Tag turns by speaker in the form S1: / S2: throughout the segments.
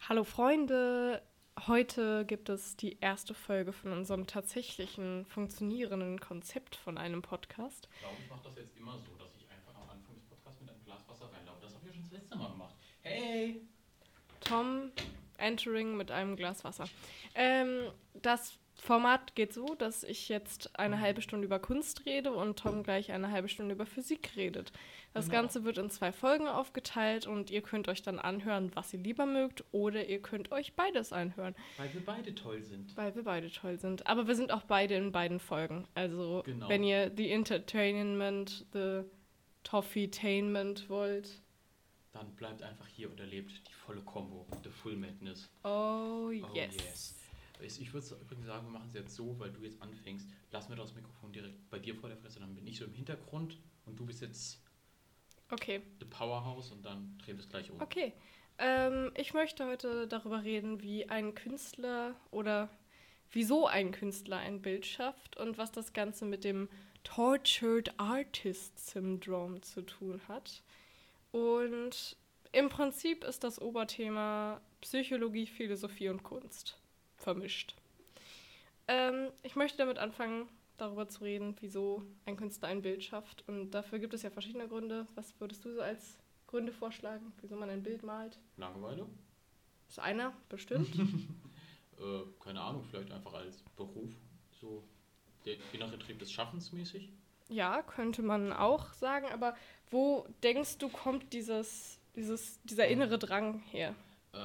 S1: Hallo Freunde, heute gibt es die erste Folge von unserem tatsächlichen funktionierenden Konzept von einem Podcast.
S2: Ich glaube, ich mache das jetzt immer so, dass ich einfach am Anfang des Podcasts mit einem Glas Wasser reinlaufe. Das habe ich ja schon das letzte Mal gemacht. Hey!
S1: Tom entering mit einem Glas Wasser. Das Format geht so, dass ich jetzt eine halbe Stunde über Kunst rede und Tom gleich eine halbe Stunde über Physik redet. Das
S2: Genau.
S1: Ganze wird in 2 Folgen aufgeteilt und ihr könnt euch dann anhören, was ihr lieber mögt, oder ihr könnt euch beides anhören.
S2: Weil wir beide toll sind.
S1: Weil wir beide toll sind. Aber wir sind auch beide in beiden Folgen. Also,
S2: Genau.
S1: wenn ihr the Entertainment, the Toffeetainment wollt.
S2: Dann bleibt einfach hier und erlebt die volle Combo, the full madness.
S1: Oh, yes.
S2: Oh yes. Ich würde übrigens sagen, wir machen es jetzt so, weil du jetzt anfängst, lassen wir das Mikrofon direkt bei dir vor der Fresse, dann bin ich so im Hintergrund und du bist jetzt
S1: Okay.
S2: the Powerhouse und dann drehen wir es gleich um.
S1: Okay. Ich möchte heute darüber reden, wie ein Künstler oder wieso ein Künstler ein Bild schafft und was das Ganze mit dem Tortured Artist Syndrome zu tun hat. Und im Prinzip ist das Oberthema Psychologie, Philosophie und Kunst vermischt. Ich möchte damit anfangen, darüber zu reden, wieso ein Künstler ein Bild schafft. Und dafür gibt es ja verschiedene Gründe. Was würdest du so als Gründe vorschlagen, wieso man ein Bild malt?
S2: Langeweile?
S1: Ist einer, bestimmt.
S2: Keine Ahnung, vielleicht einfach als Beruf, so der innere Trieb des Schaffens mäßig.
S1: Ja, könnte man auch sagen, aber wo denkst du, kommt dieser innere Drang her?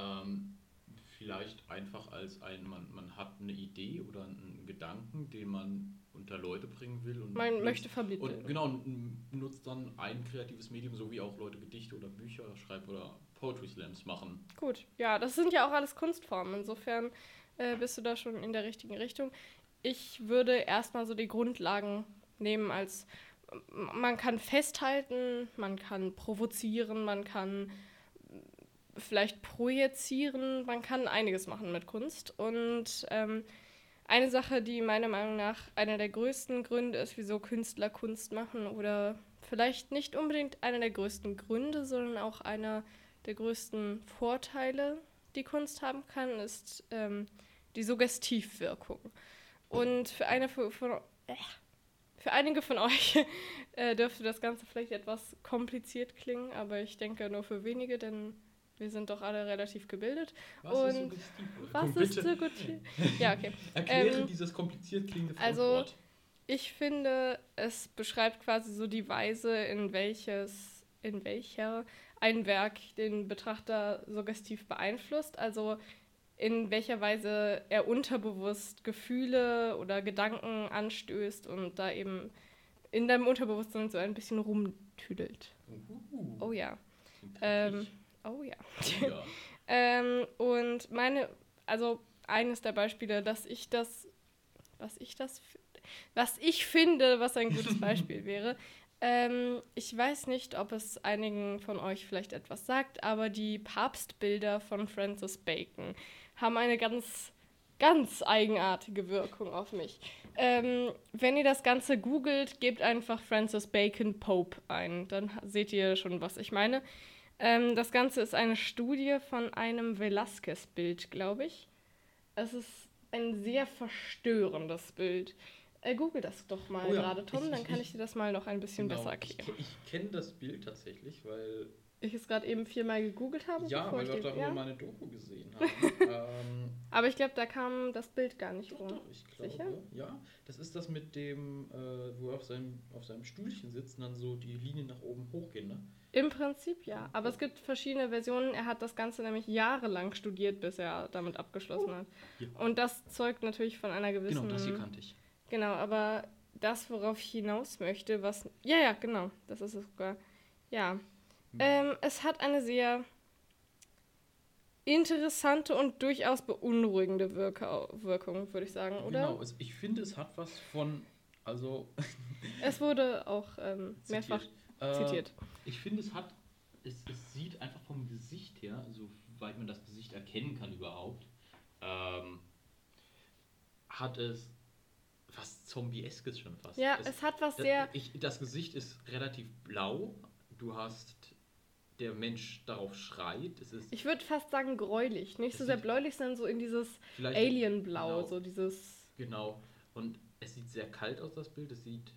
S2: Vielleicht einfach als man hat eine Idee oder einen Gedanken, den man unter Leute bringen will. Und
S1: Man möchte vermitteln.
S2: Und genau, nutzt dann ein kreatives Medium, so wie auch Leute Gedichte oder Bücher schreiben oder Poetry Slams machen.
S1: Gut, ja, das sind ja auch alles Kunstformen. Insofern bist du da schon in der richtigen Richtung. Ich würde erstmal so die Grundlagen nehmen als, man kann festhalten, man kann provozieren, man kann vielleicht projizieren, man kann einiges machen mit Kunst. Und eine Sache, die meiner Meinung nach einer der größten Gründe ist, wieso Künstler Kunst machen, oder vielleicht nicht unbedingt einer der größten Gründe, sondern auch einer der größten Vorteile, die Kunst haben kann, ist die Suggestivwirkung. Und für einige von euch dürfte das Ganze vielleicht etwas kompliziert klingen, aber ich denke nur für wenige, denn wir sind doch alle relativ gebildet.
S2: Was
S1: Und
S2: ist Suggestivwirkung?
S1: was ist Suggestiv? Ja, okay.
S2: Erkläre dieses kompliziert klingende
S1: Also,
S2: Fremdwort.
S1: Ich finde, es beschreibt quasi so die Weise, in welcher ein Werk den Betrachter suggestiv beeinflusst. Also in welcher Weise er unterbewusst Gefühle oder Gedanken anstößt und da eben in deinem Unterbewusstsein so ein bisschen rumtüdelt. Oh ja. Oh ja.
S2: Ja.
S1: Und eines der Beispiele, was ich finde, was ein gutes Beispiel wäre. Ich weiß nicht, ob es einigen von euch vielleicht etwas sagt, aber die Papstbilder von Francis Bacon haben eine ganz, ganz eigenartige Wirkung auf mich. Wenn ihr das Ganze googelt, gebt einfach Francis Bacon Pope ein. Dann seht ihr schon, was ich meine. Das Ganze ist eine Studie von einem Velázquez-Bild, glaube ich. Es ist ein sehr verstörendes Bild. Google das doch mal gerade, Tom, dann kann ich dir das mal noch ein bisschen besser erklären.
S2: Ich kenne das Bild tatsächlich, weil
S1: Ich es gerade eben 4-mal gegoogelt habe.
S2: ja, weil wir auch darüber meine Doku gesehen haben.
S1: Aber ich glaube, da kam das Bild gar nicht rum.
S2: Doch, ich glaube,
S1: Sicher?
S2: ja. Das ist das mit dem, wo er auf seinem Stühlchen sitzt und dann so die Linien nach oben hochgehen, ne?
S1: Im Prinzip ja, aber es gibt verschiedene Versionen. Er hat das Ganze nämlich jahrelang studiert, bis er damit abgeschlossen hat.
S2: Ja.
S1: Und das zeugt natürlich von einer gewissen...
S2: Genau, das hier kannte ich.
S1: Genau, aber das, worauf ich hinaus möchte, was... Ja, genau, das ist es sogar. Ja. Es hat eine sehr interessante und durchaus beunruhigende Wirkung, würde ich sagen, oder?
S2: Genau, ich finde, es hat was von, also...
S1: Es wurde auch mehrfach zitiert.
S2: Ich finde, es sieht einfach vom Gesicht her, soweit man das Gesicht erkennen kann überhaupt, hat es was Zombie-eskes schon fast.
S1: Ja, es hat was sehr...
S2: Das Gesicht ist relativ blau. Du hast der Mensch darauf schreit.
S1: Ich würde fast sagen gräulich. Nicht so sehr bläulich, sondern so in dieses
S2: vielleicht
S1: Alienblau.
S2: genau,
S1: So dieses...
S2: Genau. Und es sieht sehr kalt aus, das Bild. Es sieht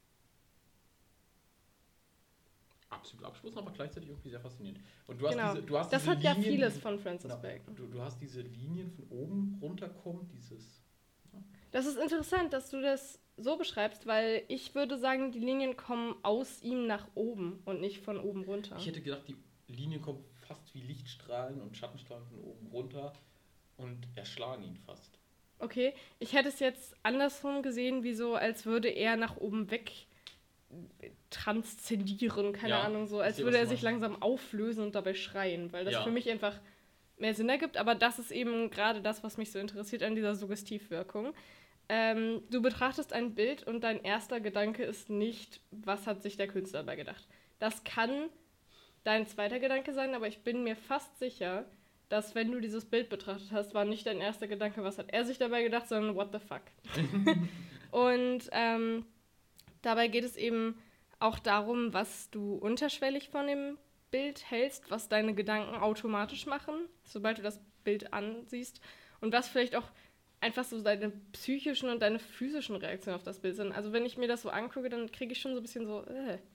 S2: absolut abstoßend, aber gleichzeitig irgendwie sehr faszinierend. Und du hast
S1: das
S2: diese
S1: hat ja
S2: Linien,
S1: vieles von Francis Bacon.
S2: Du hast diese Linien von oben runterkommen, dieses... Ja.
S1: Das ist interessant, dass du das so beschreibst, weil ich würde sagen, die Linien kommen aus ihm nach oben und nicht von oben runter.
S2: Ich hätte gedacht, die Linien kommen fast wie Lichtstrahlen und Schattenstrahlen von oben runter und erschlagen ihn fast.
S1: Okay, ich hätte es jetzt andersrum gesehen, wie so, als würde er nach oben weg transzendieren, keine Ahnung, so, als würde er sich langsam auflösen und dabei schreien, weil das für mich einfach mehr Sinn ergibt, aber das ist eben gerade das, was mich so interessiert an dieser Suggestivwirkung. Du betrachtest ein Bild und dein erster Gedanke ist nicht, was hat sich der Künstler dabei gedacht. Das kann dein zweiter Gedanke sein, aber ich bin mir fast sicher, dass wenn du dieses Bild betrachtet hast, war nicht dein erster Gedanke, was hat er sich dabei gedacht, sondern what the fuck. Und dabei geht es eben auch darum, was du unterschwellig von dem Bild hältst, was deine Gedanken automatisch machen, sobald du das Bild ansiehst und was vielleicht auch einfach so deine psychischen und deine physischen Reaktionen auf das Bild sind. Also wenn ich mir das so angucke, dann kriege ich schon so ein bisschen so,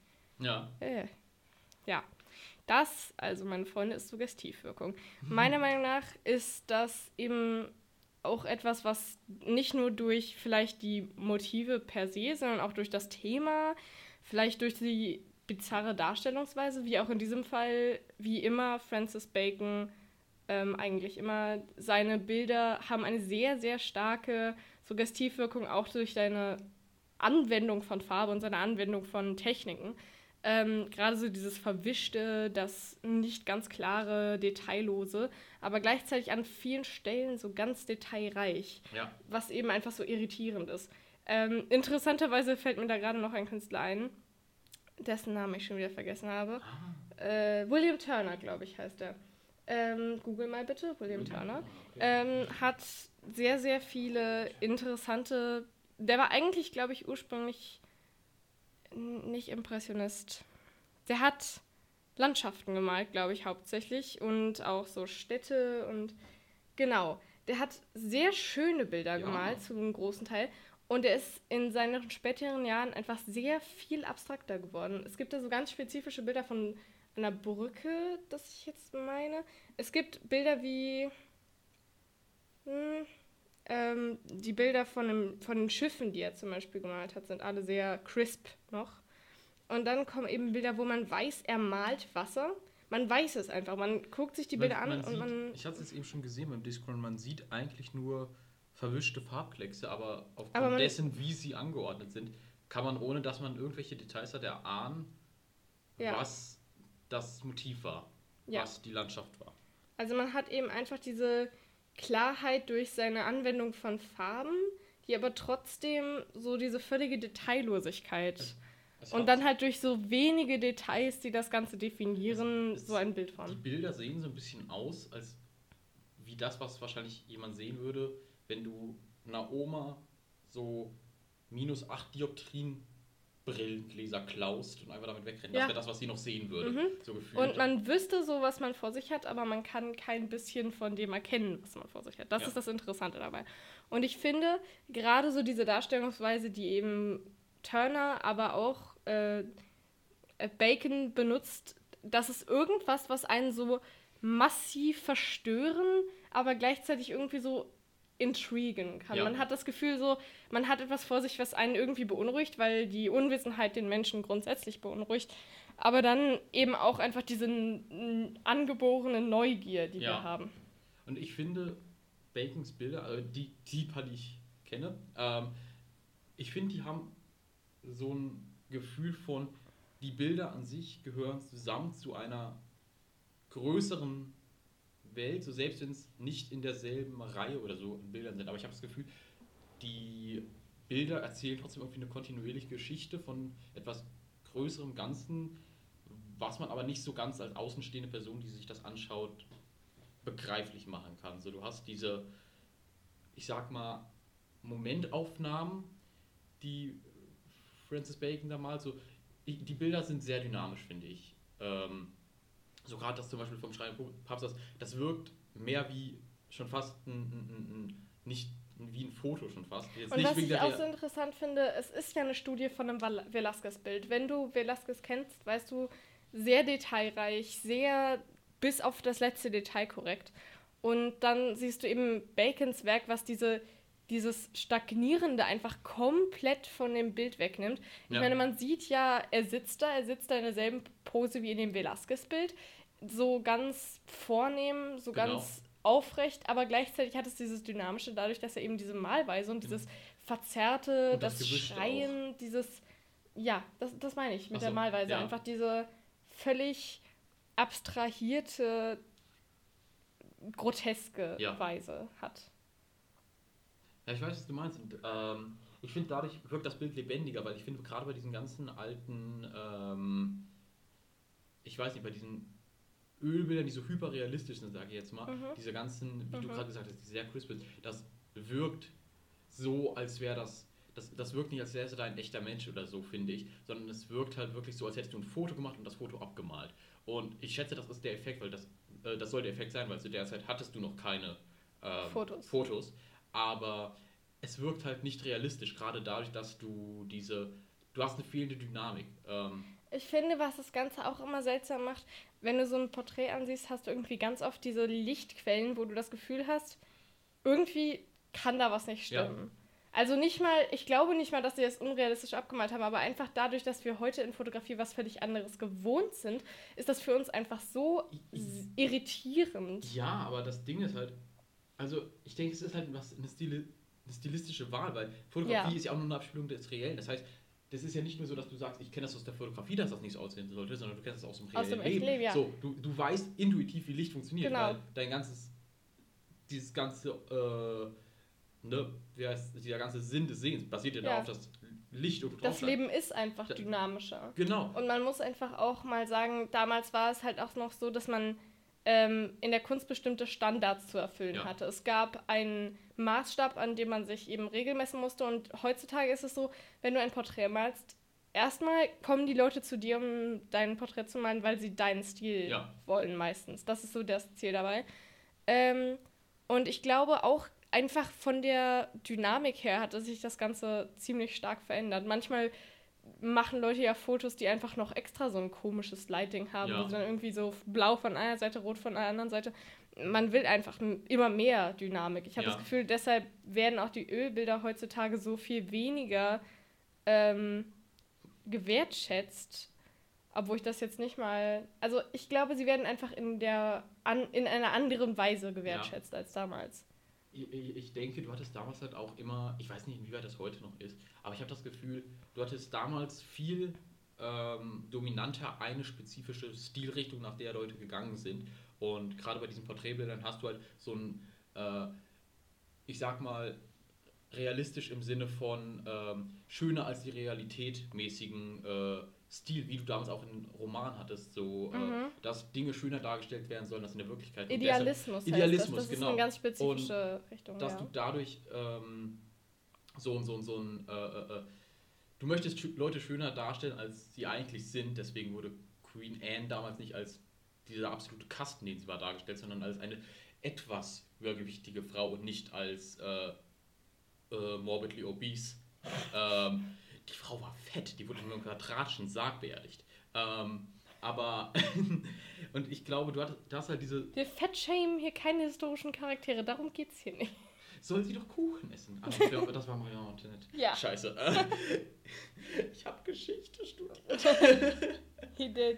S1: Ja. Das, also meine Freunde, ist Suggestivwirkung. Meiner Meinung nach ist das eben auch etwas, was nicht nur durch vielleicht die Motive per se, sondern auch durch das Thema, vielleicht durch die bizarre Darstellungsweise, wie auch in diesem Fall, wie immer Francis Bacon eigentlich immer, seine Bilder haben eine sehr, sehr starke Suggestivwirkung, auch durch seine Anwendung von Farbe und seine Anwendung von Techniken. Gerade so dieses Verwischte, das nicht ganz klare, Detaillose, aber gleichzeitig an vielen Stellen so ganz detailreich, was eben einfach so irritierend ist. Interessanterweise fällt mir da gerade noch ein Künstler ein, dessen Namen ich schon wieder vergessen habe. William Turner, glaube ich, heißt er. Google mal bitte, William Turner. Hat sehr, sehr viele interessante... Der war eigentlich, glaube ich, ursprünglich nicht Impressionist. Der hat Landschaften gemalt, glaube ich, hauptsächlich. Und auch so Städte und... Genau. Der hat sehr schöne Bilder gemalt, zu einem großen Teil. Und er ist in seinen späteren Jahren einfach sehr viel abstrakter geworden. Es gibt da so ganz spezifische Bilder von einer Brücke, das ich jetzt meine. Es gibt Bilder wie die Bilder von den Schiffen, die er zum Beispiel gemalt hat, sind alle sehr crisp noch. Und dann kommen eben Bilder, wo man weiß, er malt Wasser. Man weiß es einfach. Man guckt sich die Bilder an und man...
S2: Ich hatte es jetzt eben schon gesehen beim Discord, man sieht eigentlich nur verwischte Farbkleckse, aber aufgrund dessen, wie sie angeordnet sind, kann man, ohne dass man irgendwelche Details hat, erahnen, was das Motiv war, was die Landschaft war.
S1: Also man hat eben einfach diese Klarheit durch seine Anwendung von Farben, die aber trotzdem so diese völlige Detaillosigkeit und dann halt durch so wenige Details, die das Ganze definieren, so ein Bild formen.
S2: Die Bilder sehen so ein bisschen aus, als wie das, was wahrscheinlich jemand sehen würde, wenn du einer Oma so -8 Dioptrien Brillengläser klaust und einfach damit wegrennen. Das wäre das, was sie noch sehen würde, so gefühlt.
S1: Und man wüsste so, was man vor sich hat, aber man kann kein bisschen von dem erkennen, was man vor sich hat. Das ist das Interessante dabei. Und ich finde, gerade so diese Darstellungsweise, die eben Turner, aber auch Bacon benutzt, das ist irgendwas, was einen so massiv verstören, aber gleichzeitig irgendwie so intrigen kann. Man hat das Gefühl so, man hat etwas vor sich, was einen irgendwie beunruhigt, weil die Unwissenheit den Menschen grundsätzlich beunruhigt, aber dann eben auch einfach diese angeborene Neugier, die wir haben.
S2: Und ich finde, Bacons Bilder, also die paar, die ich kenne, ich finde, die haben so ein Gefühl von, die Bilder an sich gehören zusammen zu einer größeren Welt, so selbst wenn es nicht in derselben Reihe oder so in Bildern sind. Aber ich habe das Gefühl, die Bilder erzählen trotzdem irgendwie eine kontinuierliche Geschichte von etwas größerem Ganzen, was man aber nicht so ganz als außenstehende Person, die sich das anschaut, begreiflich machen kann. So, du hast diese, ich sag mal, Momentaufnahmen, die Francis Bacon da malt. So, die Bilder sind sehr dynamisch, finde ich. so gerade das zum Beispiel vom Schrein Papst, das wirkt mehr wie schon fast nicht wie ein Foto schon fast. Jetzt
S1: Und
S2: nicht
S1: was
S2: wegen
S1: ich
S2: der
S1: auch so interessant finde, es ist ja eine Studie von einem Velázquez-Bild. Wenn du Velázquez kennst, weißt du, sehr detailreich, sehr bis auf das letzte Detail korrekt. Und dann siehst du eben Bacons Werk, was dieses Stagnierende einfach komplett von dem Bild wegnimmt. Ich meine, man sieht ja, er sitzt da in derselben Pose wie in dem Velázquez-Bild. So ganz vornehm, so ganz aufrecht, aber gleichzeitig hat es dieses Dynamische, dadurch, dass er eben diese Malweise und dieses Verzerrte,
S2: und das
S1: Schreien, dieses, ja, das meine ich mit der Malweise, einfach diese völlig abstrahierte, groteske Weise hat.
S2: Ja, ich weiß, was du meinst. Und, ich finde, dadurch wirkt das Bild lebendiger, weil ich finde, gerade bei diesen ganzen alten, ich weiß nicht, bei diesen Ölbildern, die so hyperrealistisch sind, sage ich jetzt mal, diese ganzen, wie du gerade gesagt hast, die sehr crisp sind, das wirkt so, als wäre das wirkt nicht, als wäre da ein echter Mensch oder so, finde ich, sondern es wirkt halt wirklich so, als hättest du ein Foto gemacht und das Foto abgemalt. Und ich schätze, das ist der Effekt, weil das soll der Effekt sein, weil zu der Zeit hattest du noch keine Fotos, aber es wirkt halt nicht realistisch, gerade dadurch, dass du hast eine fehlende Dynamik.
S1: Ich finde, was das Ganze auch immer seltsam macht, wenn du so ein Porträt ansiehst, hast du irgendwie ganz oft diese Lichtquellen, wo du das Gefühl hast, irgendwie kann da was nicht stimmen. Ja. Also ich glaube nicht mal, dass sie das unrealistisch abgemalt haben, aber einfach dadurch, dass wir heute in Fotografie was völlig anderes gewohnt sind, ist das für uns einfach so irritierend.
S2: Ja, aber das Ding ist halt, also ich denke, es ist halt eine stilistische Wahl, weil Fotografie ist ja auch nur eine Abspielung des Reellen. Das heißt, das ist ja nicht nur so, dass du sagst, ich kenne das aus der Fotografie, dass das nicht so aussehen sollte, sondern du kennst das aus dem reellen Leben.
S1: Ja.
S2: So, du weißt intuitiv, wie Licht funktioniert, weil dieses ganze, dieser ganze Sinn des Sehens basiert ja darauf, dass Licht und
S1: das Leben ist einfach dynamischer.
S2: Genau.
S1: Und man muss einfach auch mal sagen, damals war es halt auch noch so, dass man in der Kunst bestimmte Standards zu erfüllen hatte. Es gab einen Maßstab, an dem man sich eben regelmessen musste, und heutzutage ist es so, wenn du ein Porträt malst, erstmal kommen die Leute zu dir, um dein Porträt zu malen, weil sie deinen Stil wollen meistens. Das ist so das Ziel dabei. Und ich glaube auch einfach von der Dynamik her hat sich das Ganze ziemlich stark verändert. Manchmal machen Leute ja Fotos, die einfach noch extra so ein komisches Lighting haben, wo sie dann irgendwie so blau von einer Seite, rot von der anderen Seite. Man will einfach immer mehr Dynamik. Ich habe das Gefühl, deshalb werden auch die Ölbilder heutzutage so viel weniger gewertschätzt, obwohl ich das jetzt nicht mal... Also ich glaube, sie werden einfach in einer anderen Weise gewertschätzt als damals.
S2: Ich denke, du hattest damals halt auch immer, ich weiß nicht, inwieweit das heute noch ist, aber ich habe das Gefühl, du hattest damals viel dominanter eine spezifische Stilrichtung, nach der Leute gegangen sind. Und gerade bei diesen Porträtbildern hast du halt so einen, ich sag mal, realistisch im Sinne von schöner als die Realität mäßigen Stil, wie du damals auch in Roman hattest, so, dass Dinge schöner dargestellt werden sollen, als in der Wirklichkeit.
S1: Idealismus heißt
S2: Idealismus,
S1: das ist eine ganz spezifische Richtung.
S2: Dass du dadurch du möchtest Leute schöner darstellen, als sie eigentlich sind, deswegen wurde Queen Anne damals nicht als dieser absolute Kasten, den sie war, dargestellt, sondern als eine etwas übergewichtige Frau und nicht als morbidly obese. Die Frau war fett, die wurde in einem quadratischen Sarg beerdigt. Aber, und ich glaube, du hast halt diese...
S1: Wir fettshamen hier keine historischen Charaktere, darum geht's hier nicht.
S2: Soll sie doch Kuchen essen? Das war Marie Antoinette.
S1: Ja.
S2: Scheiße. Ich habe Geschichte studiert.
S1: He did.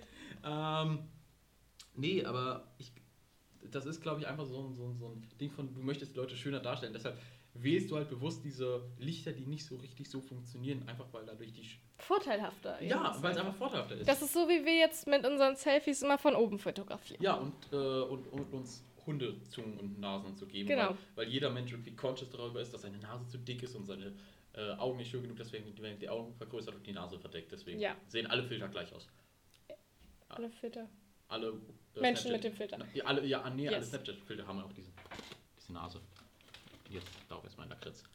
S2: Nee, aber das ist, glaube ich, einfach so ein Ding von, du möchtest die Leute schöner darstellen. Deshalb wählst du halt bewusst diese Lichter, die nicht so richtig so funktionieren, einfach weil dadurch die...
S1: Vorteilhafter.
S2: Ja, weil es einfach vorteilhafter ist.
S1: Das ist so, wie wir jetzt mit unseren Selfies immer von oben fotografieren.
S2: Ja, und uns Hundezungen und Nasen zu geben, weil jeder Mensch irgendwie conscious darüber ist, dass seine Nase zu dick ist und seine Augen nicht schön genug, deswegen werden die Augen vergrößert und die Nase verdeckt. Deswegen sehen alle Filter gleich aus.
S1: Alle Filter.
S2: Alle
S1: Menschen mit dem Filter.
S2: Alle Snapchat-Filter haben auch diese Nase. Jetzt darauf erstmal in der Kritz.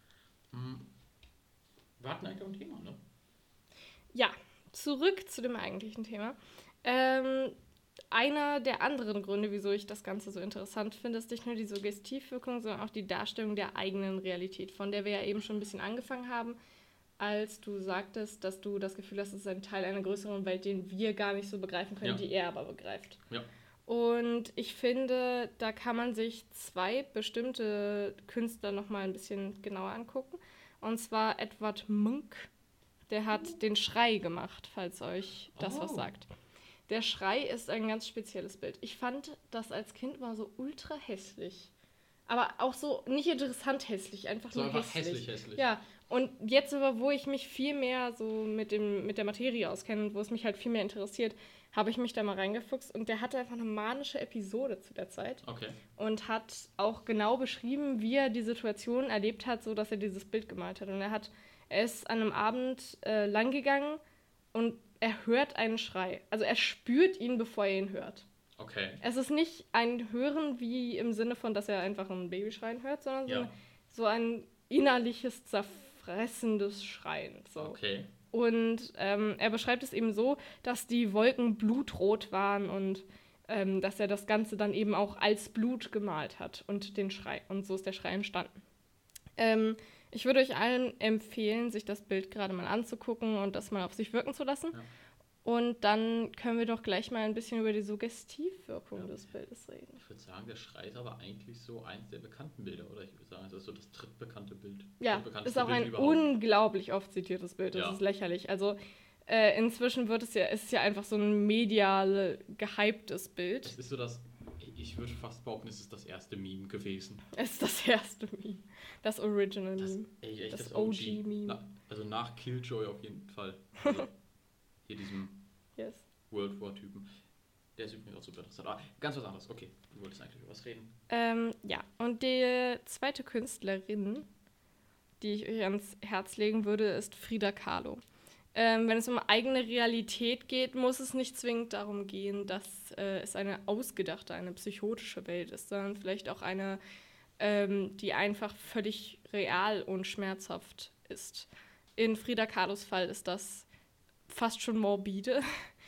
S2: Wir hatten eigentlich auch ein Thema, ne?
S1: Ja, zurück zu dem eigentlichen Thema. einer der anderen Gründe, wieso ich das Ganze so interessant finde, ist nicht nur die Suggestivwirkung, sondern auch die Darstellung der eigenen Realität, von der wir ja eben schon ein bisschen angefangen haben, als du sagtest, dass du das Gefühl hast, es ist ein Teil einer größeren Welt, den wir gar nicht so begreifen können, die er aber begreift.
S2: Ja.
S1: Und ich finde, da kann man sich 2 bestimmte Künstler nochmal ein bisschen genauer angucken. Und zwar Edvard Munch, der hat den Schrei gemacht, falls euch das was sagt. Der Schrei ist ein ganz spezielles Bild. Ich fand das als Kind mal so ultra hässlich. Aber auch so nicht interessant hässlich, einfach
S2: so
S1: nur
S2: einfach
S1: hässlich.
S2: Hässlich.
S1: Ja, und jetzt aber, wo ich mich viel mehr so mit der Materie auskenne und wo es mich halt viel mehr interessiert, habe ich mich da mal reingefuchst und der hatte einfach eine manische Episode zu der Zeit.
S2: Okay.
S1: Und hat auch genau beschrieben, wie er die Situation erlebt hat, so dass er dieses Bild gemalt hat. Und er ist an einem Abend lang gegangen und er hört einen Schrei. Also er spürt ihn, bevor er ihn hört.
S2: Okay.
S1: Es ist nicht ein Hören wie im Sinne von, dass er einfach ein Baby schreien hört, sondern so ein innerliches, zerfressendes Schreien. So.
S2: Okay.
S1: Und er beschreibt es eben so, dass die Wolken blutrot waren und dass er das Ganze dann eben auch als Blut gemalt hat und den Schrei. Und so ist der Schrei entstanden. Ich würde euch allen empfehlen, sich das Bild gerade mal anzugucken und das mal auf sich wirken zu lassen.
S2: Ja.
S1: Und dann können wir doch gleich mal ein bisschen über die Suggestivwirkung des Bildes reden.
S2: Ich würde sagen, der Schrei ist aber eigentlich so eins der bekannten Bilder, oder? Ich würde sagen, es ist so das drittbekannte Bild.
S1: Ja, ist auch ein unglaublich oft zitiertes Bild. Das ist lächerlich. Also inzwischen ist es ja einfach so ein medial gehyptes Bild.
S2: Es ist so ich würde fast behaupten, es ist das erste Meme gewesen.
S1: Es ist das erste Meme. Das Original Meme.
S2: Das
S1: OG-Meme.
S2: Also nach Killjoy auf jeden Fall. Also hier diesem World War-Typen. Der ist übrigens auch super interessant. Ah, ganz was anderes. Okay, du wolltest eigentlich über was reden.
S1: Ja, und die zweite Künstlerin, die ich euch ans Herz legen würde, ist Frida Kahlo. Wenn es um eigene Realität geht, muss es nicht zwingend darum gehen, dass es eine ausgedachte, eine psychotische Welt ist, sondern vielleicht auch eine, die einfach völlig real und schmerzhaft ist. In Frida Kahlos Fall ist das fast schon morbide.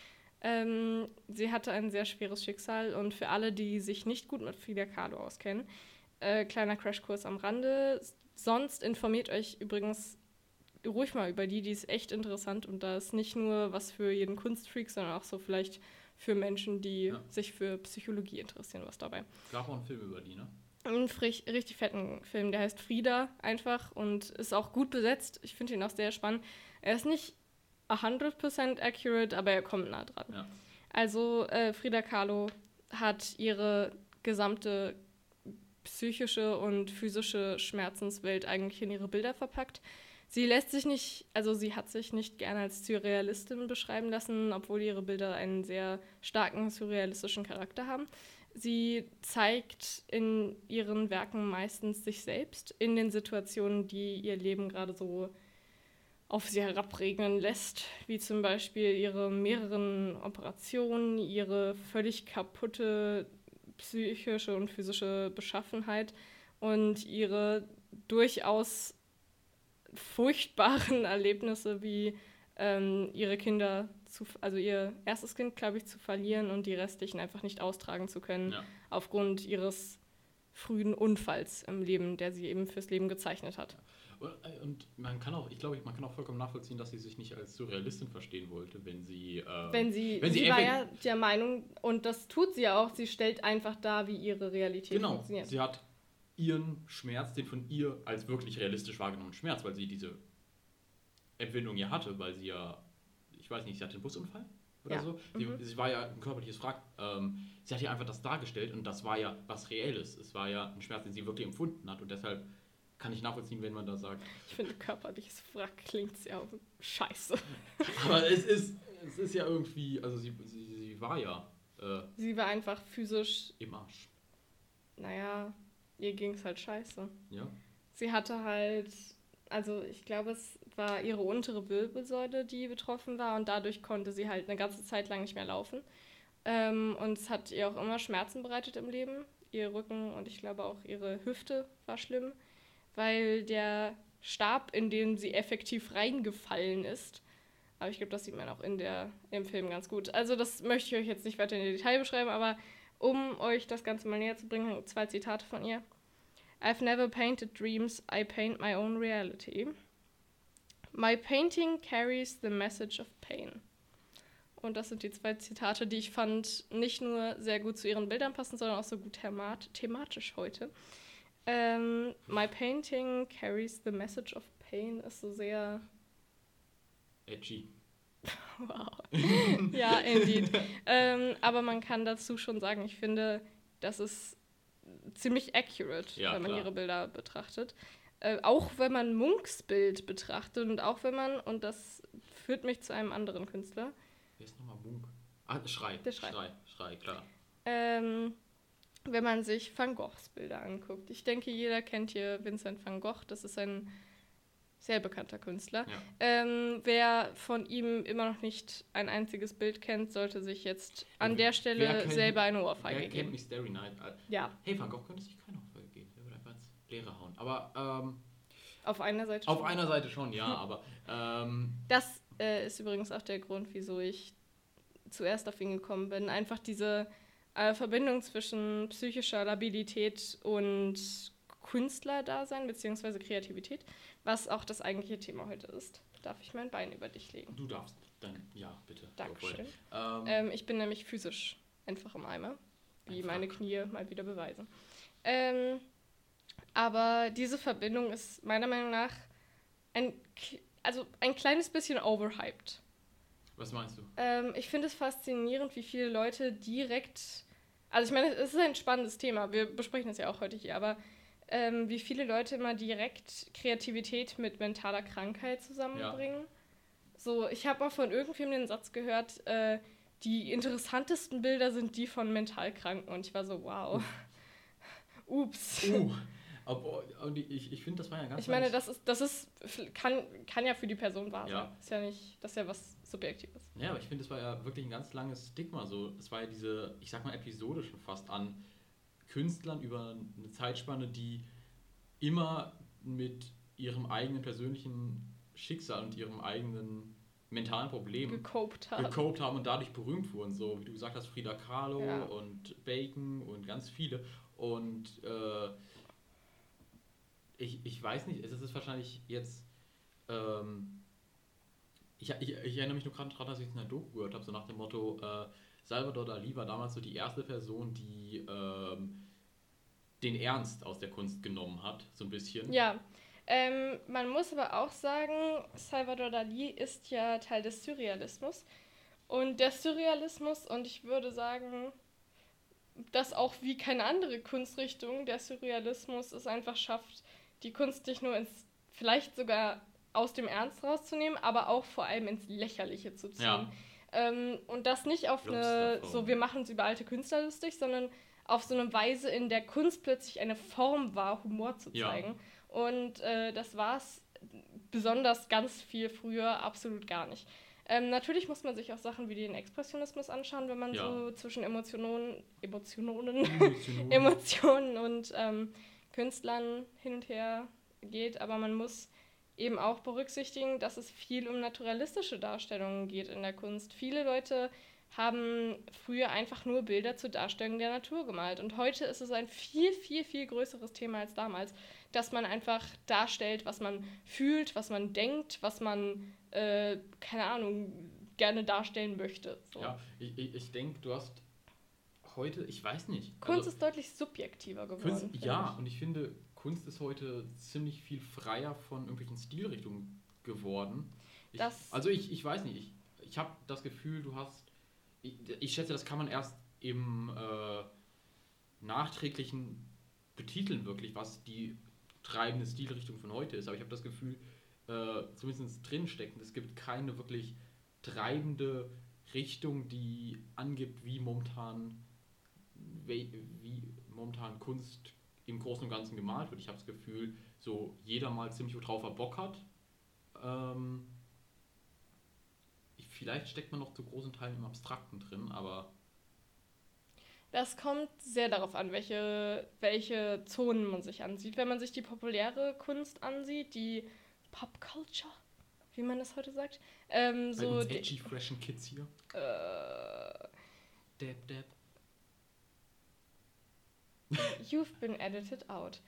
S1: Sie hatte ein sehr schweres Schicksal und für alle, die sich nicht gut mit Frida Kahlo auskennen, kleiner Crashkurs am Rande. Sonst informiert euch übrigens ruhig mal über die ist echt interessant und da ist nicht nur was für jeden Kunstfreak, sondern auch so vielleicht für Menschen, die sich für Psychologie interessieren, was dabei.
S2: Gab auch einen Film über die, ne?
S1: Einen richtig fetten Film, der heißt Frida einfach und ist auch gut besetzt. Ich finde ihn auch sehr spannend. Er ist nicht 100% accurate, aber er kommt nah dran. Ja. Also Frida Kahlo hat ihre gesamte psychische und physische Schmerzenswelt eigentlich in ihre Bilder verpackt. Sie hat sich nicht gerne als Surrealistin beschreiben lassen, obwohl ihre Bilder einen sehr starken surrealistischen Charakter haben. Sie zeigt in ihren Werken meistens sich selbst in den Situationen, die ihr Leben gerade so auf sie herabregnen lässt, wie zum Beispiel ihre mehreren Operationen, ihre völlig kaputte psychische und physische Beschaffenheit und ihre durchaus furchtbaren Erlebnisse wie ihre Kinder, also ihr erstes Kind, glaube ich, zu verlieren und die restlichen einfach nicht austragen zu können, aufgrund ihres frühen Unfalls im Leben, der sie eben fürs Leben gezeichnet hat.
S2: Und man kann auch vollkommen nachvollziehen, dass sie sich nicht als Surrealistin verstehen wollte, sie
S1: war ja der Meinung, und das tut sie ja auch, sie stellt einfach dar, wie ihre Realität funktioniert.
S2: Sie hat ihren Schmerz, den von ihr als wirklich realistisch wahrgenommenen Schmerz, weil sie diese Empfindung ja hatte, weil sie ja, ich weiß nicht, sie hatte einen Busunfall oder so. Sie war ja ein körperliches Wrack. Sie hat ja einfach das dargestellt und das war ja was Reelles. Es war ja ein Schmerz, den sie wirklich empfunden hat und deshalb kann ich nachvollziehen, wenn man da sagt.
S1: Ich finde, körperliches Wrack klingt sehr scheiße.
S2: Aber es ist ja irgendwie, also sie war ja
S1: sie war einfach physisch
S2: im Arsch.
S1: Naja, ihr ging es halt scheiße.
S2: Ja.
S1: Sie hatte halt, also ich glaube, es war ihre untere Wirbelsäule, die betroffen war und dadurch konnte sie halt eine ganze Zeit lang nicht mehr laufen. Und es hat ihr auch immer Schmerzen bereitet im Leben. Ihr Rücken und ich glaube auch ihre Hüfte war schlimm, weil der Stab, in den sie effektiv reingefallen ist, Aber ich glaube, das sieht man auch im Film ganz gut. Also das möchte ich euch jetzt nicht weiter in Detail beschreiben, aber um euch das Ganze mal näher zu bringen, 2 Zitate von ihr. I've never painted dreams, I paint my own reality. My painting carries the message of pain. Und das sind die 2 Zitate, die ich fand nicht nur sehr gut zu ihren Bildern passen, sondern auch so gut thematisch heute. My painting carries the message of pain ist so sehr...
S2: Edgy.
S1: Wow. Ja, indeed. Aber man kann dazu schon sagen, ich finde, das ist ziemlich accurate,
S2: Ja,
S1: wenn man
S2: klar.
S1: ihre Bilder betrachtet. Auch wenn man Munks Bild betrachtet und auch wenn man, und das führt mich zu einem anderen Künstler,
S2: Wer ist nochmal Munk? Ah, Schrei.
S1: Der Schrei.
S2: Schrei, klar.
S1: wenn man sich Van Goghs Bilder anguckt. Ich denke, jeder kennt hier Vincent van Gogh, das ist ein sehr bekannter Künstler.
S2: Ja.
S1: Wer von ihm immer noch nicht ein einziges Bild kennt, sollte sich jetzt an der
S2: Wer
S1: Stelle
S2: kennt-
S1: selber eine Ohrfeige
S2: Wer kennt
S1: geben.
S2: nicht Starry Night?
S1: Ja,
S2: Hey, Van Gogh könnte sich keine Ohrfeige geben. Der würde einfach ins Leere hauen. Aber
S1: auf einer Seite
S2: auf
S1: schon.
S2: einer Seite schon, ja. Aber
S1: Das ist übrigens auch der Grund, wieso ich zuerst auf ihn gekommen bin. Einfach diese Verbindung zwischen psychischer Labilität und Künstlerdasein bzw. Kreativität, was auch das eigentliche Thema heute ist. Darf ich mein Bein über dich legen?
S2: du darfst dann, ja, bitte.
S1: Dankeschön.
S2: Ähm,
S1: Ich bin nämlich physisch einfach im Eimer, wie
S2: Einfach.
S1: meine Knie mal wieder beweisen. Aber diese Verbindung ist meiner Meinung nach ein kleines bisschen overhyped.
S2: Was meinst du?
S1: Ich finde es faszinierend, wie viele Leute direkt, also ich meine, es ist ein spannendes Thema, wir besprechen es ja auch heute hier, aber wie viele Leute immer direkt Kreativität mit mentaler Krankheit zusammenbringen. So, ich habe mal von irgendwem den Satz gehört, die interessantesten Bilder sind die von Mentalkranken und ich war so, wow. Ups.
S2: Und ich finde, das war ja ganz
S1: Ich meine, kann ja für die Person wahr sein.
S2: Ja.
S1: Das ist ja was Subjektives.
S2: Ja, aber ich finde, das war ja wirklich ein ganz langes Stigma. So, das war ja diese, ich sag mal, Episode schon fast an Künstlern über eine Zeitspanne, die immer mit ihrem eigenen persönlichen Schicksal und ihrem eigenen mentalen Problem
S1: Gecopt
S2: haben und dadurch berühmt wurden. So wie du gesagt hast, Frida Kahlo
S1: Ja.
S2: und Bacon und ganz viele. Und ich weiß nicht, es ist wahrscheinlich jetzt ich erinnere mich nur gerade daran, dass ich es in der Doku gehört habe, so nach dem Motto, Salvador Dalí war damals so die erste Person, die den Ernst aus der Kunst genommen hat, so ein bisschen.
S1: Ja, man muss aber auch sagen, Salvador Dalí ist ja Teil des Surrealismus. Und der Surrealismus, und ich würde sagen, dass auch wie keine andere Kunstrichtung der Surrealismus es einfach schafft, die Kunst nicht nur vielleicht sogar aus dem Ernst rauszunehmen, aber auch vor allem ins Lächerliche zu ziehen.
S2: Ja.
S1: Und das nicht auf wir machen es über alte Künstler lustig, sondern auf so eine Weise, in der Kunst plötzlich eine Form war, Humor zu zeigen. Ja. Und das war es besonders ganz viel früher absolut gar nicht. Natürlich muss man sich auch Sachen wie den Expressionismus anschauen, wenn man so zwischen Emotionen und Künstlern hin und her geht, aber man muss eben auch berücksichtigen, dass es viel um naturalistische Darstellungen geht in der Kunst. Viele Leute haben früher einfach nur Bilder zur Darstellung der Natur gemalt. Und heute ist es ein viel, viel, viel größeres Thema als damals, dass man einfach darstellt, was man fühlt, was man denkt, was man, keine Ahnung, gerne darstellen möchte. So.
S2: Ja, ich denke, du hast heute, ich weiß nicht.
S1: Kunst ist deutlich subjektiver geworden.
S2: Und ich finde, Kunst ist heute ziemlich viel freier von irgendwelchen Stilrichtungen geworden. Ich weiß nicht, ich habe das Gefühl, ich schätze, das kann man erst im Nachträglichen betiteln wirklich, was die treibende Stilrichtung von heute ist. Aber ich habe das Gefühl, zumindest drinsteckend, es gibt keine wirklich treibende Richtung, die angibt, wie momentan Kunst im Großen und Ganzen gemalt wird. Ich habe das Gefühl, so jeder mal ziemlich worauf er Bock hat. Vielleicht steckt man noch zu großen Teilen im Abstrakten drin, aber...
S1: Das kommt sehr darauf an, welche Zonen man sich ansieht. Wenn man sich die populäre Kunst ansieht, die Popculture, wie man das heute sagt.
S2: Bei
S1: So
S2: uns edgy, freshen Kids hier. Dab.
S1: You've been edited out.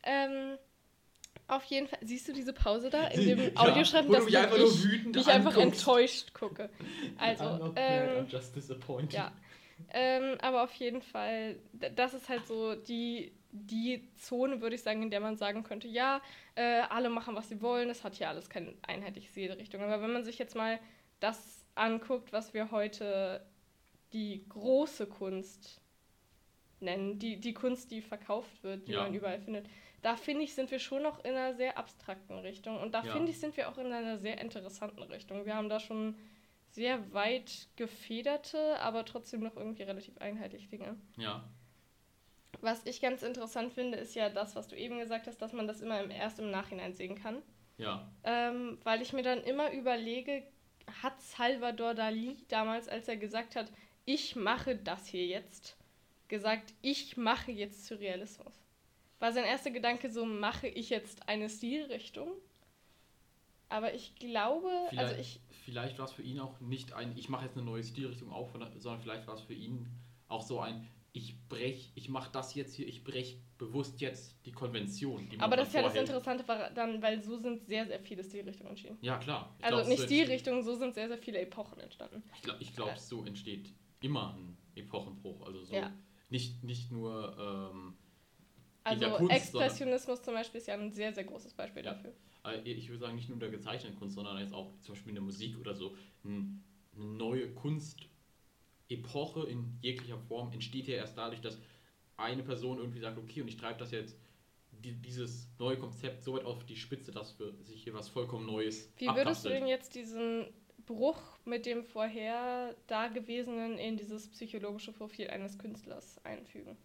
S1: Auf jeden Fall, siehst du diese Pause da in dem Audioschreiben, dass
S2: ich einfach nur wütend
S1: mich einfach enttäuscht gucke. Also,
S2: I'm not mad, I'm just disappointed.
S1: Ja, aber auf jeden Fall, das ist halt so die Zone, würde ich sagen, in der man sagen könnte, ja, alle machen, was sie wollen, es hat hier alles keine einheitliche Zielrichtung. Aber wenn man sich jetzt mal das anguckt, was wir heute die große Kunst nennen, die Kunst, die verkauft wird, die man überall findet, da finde ich, sind wir schon noch in einer sehr abstrakten Richtung. Und da finde ich, sind wir auch in einer sehr interessanten Richtung. Wir haben da schon sehr weit gefederte, aber trotzdem noch irgendwie relativ einheitliche Dinge.
S2: Ja.
S1: Was ich ganz interessant finde, ist ja das, was du eben gesagt hast, dass man das immer erst im Nachhinein sehen kann.
S2: Ja.
S1: Weil ich mir dann immer überlege, hat Salvador Dalí damals, als er gesagt hat, ich mache das hier jetzt, gesagt, ich mache jetzt Surrealismus? War sein erster Gedanke so, mache ich jetzt eine Stilrichtung? Aber ich glaube,
S2: Vielleicht war es für ihn auch nicht ich mache jetzt eine neue Stilrichtung auf, sondern vielleicht war es für ihn auch so ich mache das jetzt hier, ich breche bewusst jetzt die Konvention. Die
S1: aber das ist ja das Interessante dann, weil so sind sehr, sehr viele Stilrichtungen entschieden.
S2: Ja, klar.
S1: Nicht Stilrichtungen, so sind sehr, sehr viele Epochen entstanden.
S2: Ich glaube, so entsteht immer ein Epochenbruch. Also so nicht nur in der Kunst,
S1: Expressionismus zum Beispiel ist ja ein sehr, sehr großes Beispiel dafür.
S2: Ich würde sagen, nicht nur in der gezeichneten Kunst, sondern jetzt auch zum Beispiel in der Musik oder so. Eine neue Kunstepoche in jeglicher Form entsteht ja erst dadurch, dass eine Person irgendwie sagt, okay, und ich treibe das jetzt, dieses neue Konzept so weit auf die Spitze, dass für sich hier was vollkommen Neues
S1: Wie würdest du denn jetzt diesen Bruch mit dem vorher Dagewesenen in dieses psychologische Profil eines Künstlers einfügen?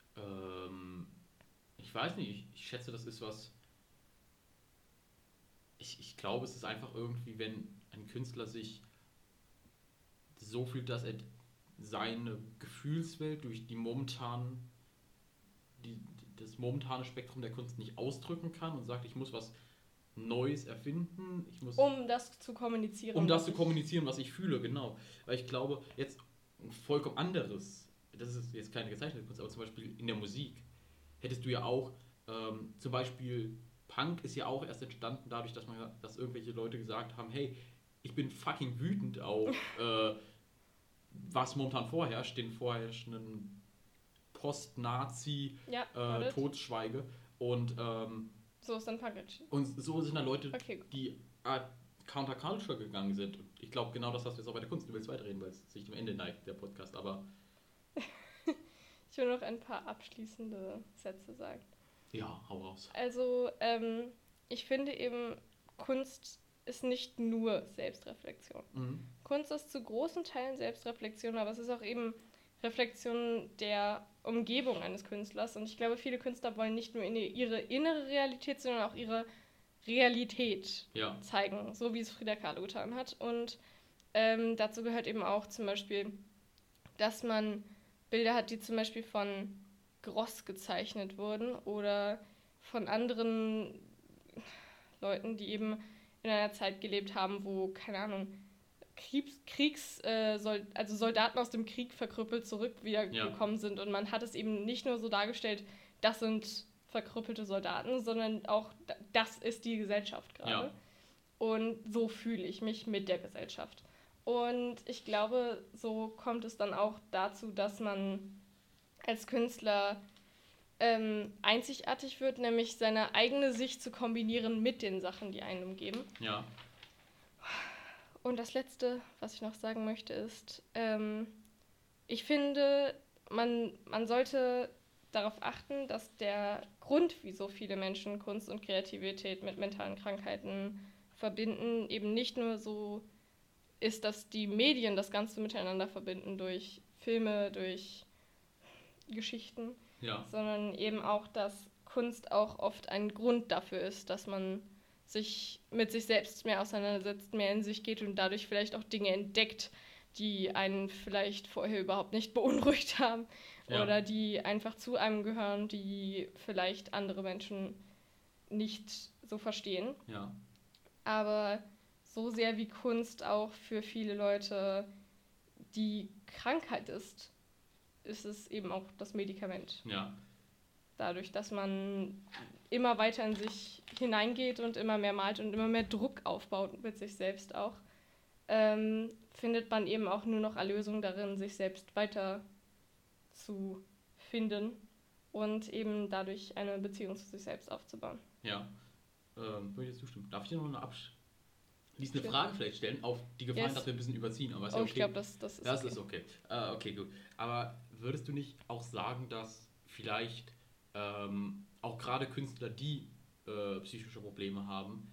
S2: Ich weiß nicht, ich schätze, das ist was. Ich glaube, es ist einfach irgendwie, wenn ein Künstler sich so fühlt, dass er seine Gefühlswelt durch das momentane Spektrum der Kunst nicht ausdrücken kann und sagt, ich muss was Neues erfinden.
S1: Um das zu kommunizieren.
S2: Was ich fühle, genau. Weil ich glaube, jetzt ein vollkommen anderes, das ist jetzt keine gezeichnete Kunst, aber zum Beispiel in der Musik, hättest du ja auch, zum Beispiel Punk ist ja auch erst entstanden dadurch, dass irgendwelche Leute gesagt haben, hey, ich bin fucking wütend auf was momentan vorherrscht, den vorherrschenden Post-Nazi-Totschweige. Und
S1: so ist dann Punk entstanden.
S2: Und so sind dann Leute, die counterculture gegangen sind. Und ich glaube, genau das hast du jetzt auch bei der Kunst. Du willst weiterreden, weil es sich dem Ende neigt, der Podcast, aber
S1: ich will noch ein paar abschließende Sätze sagen.
S2: Ja, hau raus.
S1: Also, ich finde eben, Kunst ist nicht nur Selbstreflexion.
S2: Mhm.
S1: Kunst ist zu großen Teilen Selbstreflexion, aber es ist auch eben Reflexion der Umgebung eines Künstlers. Und ich glaube, viele Künstler wollen nicht nur ihre innere Realität, sondern auch ihre Realität zeigen, so wie es Frida Kahlo getan hat. Und dazu gehört eben auch zum Beispiel, dass man Bilder hat, die zum Beispiel von Gross gezeichnet wurden oder von anderen Leuten, die eben in einer Zeit gelebt haben, wo, keine Ahnung, Soldaten aus dem Krieg verkrüppelt zurück wiedergekommen sind. Und man hat es eben nicht nur so dargestellt, das sind verkrüppelte Soldaten, sondern auch, das ist die Gesellschaft gerade.
S2: Ja.
S1: Und so fühle ich mich mit der Gesellschaft. Und ich glaube, so kommt es dann auch dazu, dass man als Künstler einzigartig wird, nämlich seine eigene Sicht zu kombinieren mit den Sachen, die einen umgeben.
S2: Ja.
S1: Und das Letzte, was ich noch sagen möchte, ist, ich finde, man sollte darauf achten, dass der Grund, wieso viele Menschen Kunst und Kreativität mit mentalen Krankheiten verbinden, eben nicht nur so ist, dass die Medien das Ganze miteinander verbinden durch Filme, durch Geschichten, sondern eben auch, dass Kunst auch oft ein Grund dafür ist, dass man sich mit sich selbst mehr auseinandersetzt, mehr in sich geht und dadurch vielleicht auch Dinge entdeckt, die einen vielleicht vorher überhaupt nicht beunruhigt haben oder die einfach zu einem gehören, die vielleicht andere Menschen nicht so verstehen.
S2: Ja.
S1: Aber so sehr wie Kunst auch für viele Leute die Krankheit ist, ist es eben auch das Medikament.
S2: Ja.
S1: Dadurch, dass man immer weiter in sich hineingeht und immer mehr malt und immer mehr Druck aufbaut mit sich selbst auch, findet man eben auch nur noch Erlösung darin, sich selbst weiter zu finden und eben dadurch eine Beziehung zu sich selbst aufzubauen.
S2: Ja, würde ich jetzt zustimmen. Darf ich dir noch eine abschließende Frage vielleicht stellen, auf die Gefallen, dass wir ein bisschen überziehen? Aber ist ja okay.
S1: Ich glaube, das ist okay.
S2: Das ist okay. Okay, gut. Aber würdest du nicht auch sagen, dass vielleicht auch gerade Künstler, die psychische Probleme haben,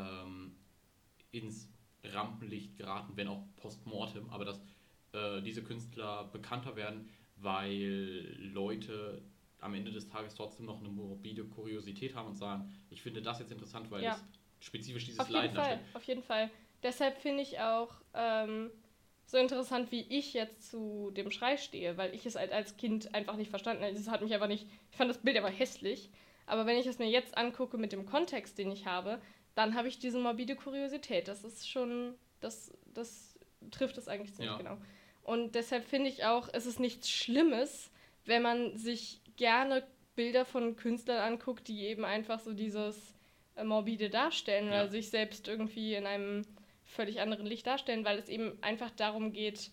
S2: ins Rampenlicht geraten, wenn auch postmortem, aber dass diese Künstler bekannter werden, weil Leute am Ende des Tages trotzdem noch eine morbide Kuriosität haben und sagen, ich finde das jetzt interessant, weil es spezifisch dieses Leiden darstellt.
S1: Auf jeden Fall. Deshalb finde ich auch so interessant, wie ich jetzt zu dem Schrei stehe, weil ich es halt als Kind einfach nicht verstanden habe. Es hat mich einfach nicht, ich fand das Bild aber hässlich, aber wenn ich es mir jetzt angucke mit dem Kontext, den ich habe, dann habe ich diese morbide Kuriosität. Das ist schon, das trifft es eigentlich ziemlich genau. Und deshalb finde ich auch, es ist nichts Schlimmes, wenn man sich gerne Bilder von Künstlern anguckt, die eben einfach so dieses morbide darstellen oder sich selbst irgendwie in einem völlig anderen Licht darstellen, weil es eben einfach darum geht,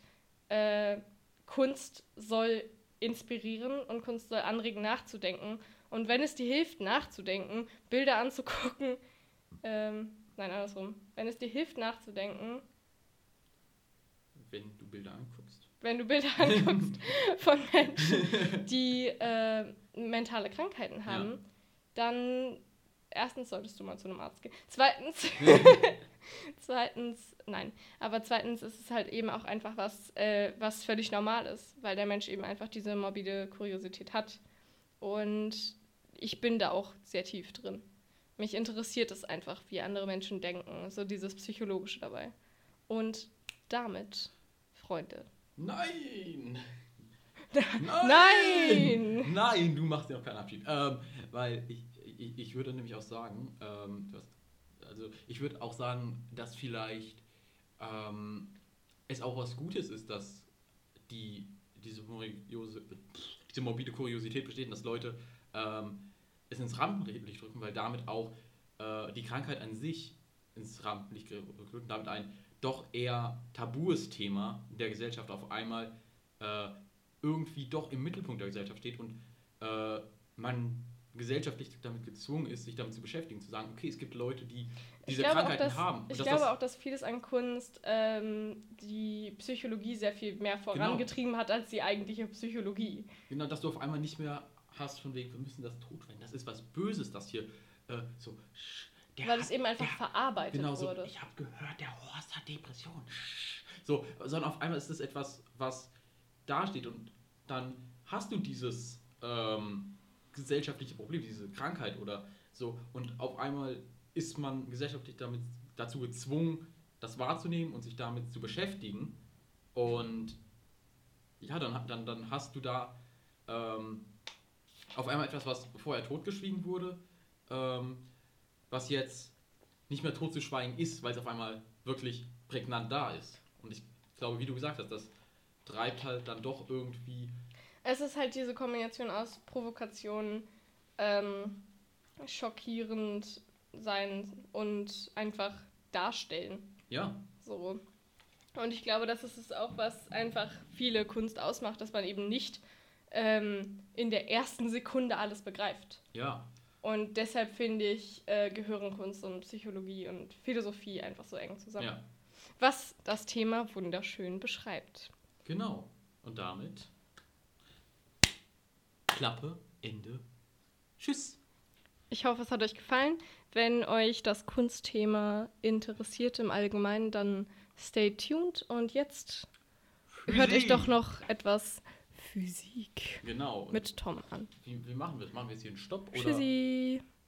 S1: Kunst soll inspirieren und Kunst soll anregen, nachzudenken. Und wenn es dir hilft, nachzudenken, Bilder anzugucken, nein, andersrum. Wenn es dir hilft, nachzudenken.
S2: Wenn du Bilder anguckst.
S1: Wenn du Bilder anguckst von Menschen, die mentale Krankheiten haben, dann erstens solltest du mal zu einem Arzt gehen. Zweitens ist es halt eben auch einfach was völlig normal ist, weil der Mensch eben einfach diese morbide Kuriosität hat. Und ich bin da auch sehr tief drin. Mich interessiert es einfach, wie andere Menschen denken, so dieses Psychologische dabei. Und damit, Freunde.
S2: Nein!
S1: Nein!
S2: Nein, du machst ja noch keinen Abschied. Weil ich würde nämlich auch sagen, ich würde auch sagen, dass vielleicht es auch was Gutes ist, dass diese morbide Kuriosität besteht und dass Leute es ins Rampenlicht drücken, weil damit auch die Krankheit an sich ins Rampenlicht gerückt und damit ein doch eher tabues Thema der Gesellschaft auf einmal irgendwie doch im Mittelpunkt der Gesellschaft steht und man gesellschaftlich damit gezwungen ist, sich damit zu beschäftigen, zu sagen, okay, es gibt Leute, die diese Krankheiten haben.
S1: Ich glaube auch, dass vieles an Kunst die Psychologie sehr viel mehr vorangetrieben hat als die eigentliche Psychologie.
S2: Genau, dass du auf einmal nicht mehr hast von wegen, wir müssen das totwenden. Das ist was Böses, das hier
S1: weil es eben einfach verarbeitet wurde.
S2: Ich habe gehört, der Horst hat Depressionen. So, sondern auf einmal ist das etwas, was dasteht und dann hast du dieses gesellschaftliche Problem, diese Krankheit oder so und auf einmal ist man gesellschaftlich dazu gezwungen, das wahrzunehmen und sich damit zu beschäftigen und ja, dann hast du da auf einmal etwas, was vorher totgeschwiegen wurde, was jetzt nicht mehr totzuschweigen ist, weil es auf einmal wirklich prägnant da ist. Und ich glaube, wie du gesagt hast, das treibt halt dann doch irgendwie...
S1: Es ist halt diese Kombination aus Provokation, schockierend sein und einfach darstellen.
S2: Ja.
S1: So. Und ich glaube, das ist es auch, was einfach viele Kunst ausmacht, dass man eben nicht in der ersten Sekunde alles begreift.
S2: Ja.
S1: Und deshalb finde ich, gehören Kunst und Psychologie und Philosophie einfach so eng zusammen.
S2: Ja.
S1: Was das Thema wunderschön beschreibt.
S2: Genau. Und damit Klappe, Ende. Tschüss.
S1: Ich hoffe, es hat euch gefallen. Wenn euch das Kunstthema interessiert im Allgemeinen, dann stay tuned. Und jetzt hört euch doch noch etwas Physik
S2: mit
S1: Tom an.
S2: Wie machen wir das? Machen wir jetzt hier einen Stopp?
S1: Tschüssi.
S2: Oder?